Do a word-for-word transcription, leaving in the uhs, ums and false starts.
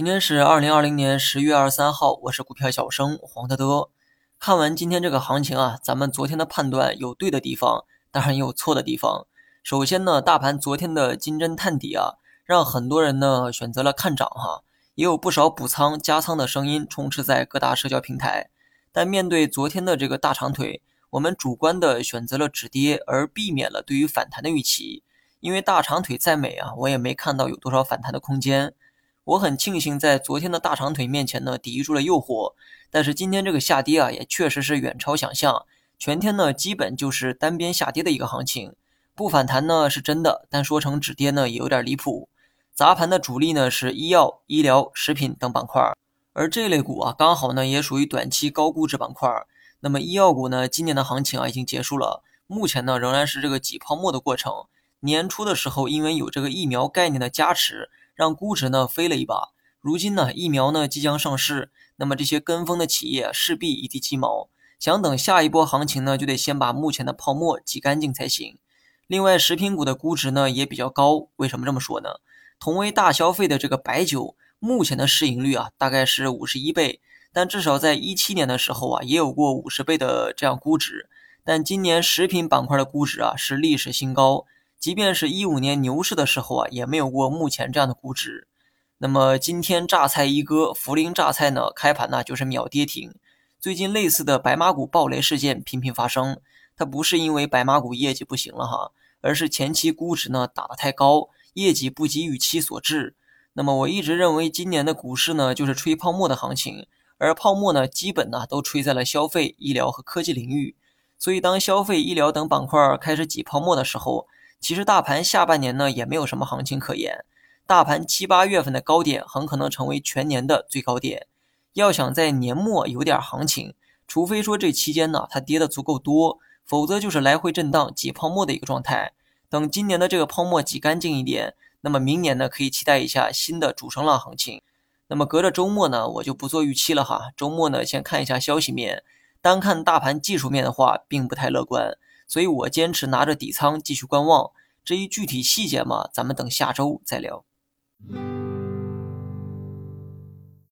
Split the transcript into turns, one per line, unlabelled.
今天是二零二零年十月二十三号，我是股票小生黄德德。看完今天这个行情啊，咱们昨天的判断有对的地方，当然也有错的地方。首先呢，大盘昨天的金针探底啊，让很多人呢选择了看涨哈，也有不少补仓加仓的声音充斥在各大社交平台。但面对昨天的这个大长腿，我们主观的选择了止跌，而避免了对于反弹的预期。因为大长腿再美啊，我也没看到有多少反弹的空间。我很庆幸在昨天的大长腿面前呢抵住了诱惑，但是今天这个下跌啊也确实是远超想象，全天呢基本就是单边下跌的一个行情，不反弹呢是真的，但说成止跌呢也有点离谱。砸盘的主力呢是医药、医疗、食品等板块，而这类股啊刚好呢也属于短期高估值板块。那么医药股呢今年的行情啊已经结束了，目前呢仍然是这个挤泡沫的过程。年初的时候因为有这个疫苗概念的加持，让估值呢飞了一把，如今呢疫苗呢即将上市，那么这些跟风的企业势必一地鸡毛，想等下一波行情呢就得先把目前的泡沫挤干净才行。另外食品股的估值呢也比较高，为什么这么说呢？同为大消费的这个白酒，目前的市盈率啊大概是五十一倍，但至少在一七年的时候啊也有过五十倍的这样估值，但今年食品板块的估值啊是历史新高，即便是一五年牛市的时候啊，也没有过目前这样的估值。那么今天榨菜一哥涪陵榨菜呢，开盘呢就是秒跌停。最近类似的白马股暴雷事件频频发生，它不是因为白马股业绩不行了哈，而是前期估值呢打得太高，业绩不及预期所致。那么我一直认为今年的股市呢就是吹泡沫的行情，而泡沫呢基本呢都吹在了消费、医疗和科技领域。所以当消费、医疗等板块开始挤泡沫的时候，其实大盘下半年呢也没有什么行情可言，大盘七八月份的高点很可能成为全年的最高点。要想在年末有点行情，除非说这期间呢它跌得足够多，否则就是来回震荡挤泡沫的一个状态。等今年的这个泡沫挤干净一点，那么明年呢可以期待一下新的主升浪行情。那么隔着周末呢我就不做预期了哈，周末呢先看一下消息面，单看大盘技术面的话并不太乐观，所以我坚持拿着底仓继续观望，至于具体细节嘛，咱们等下周再聊。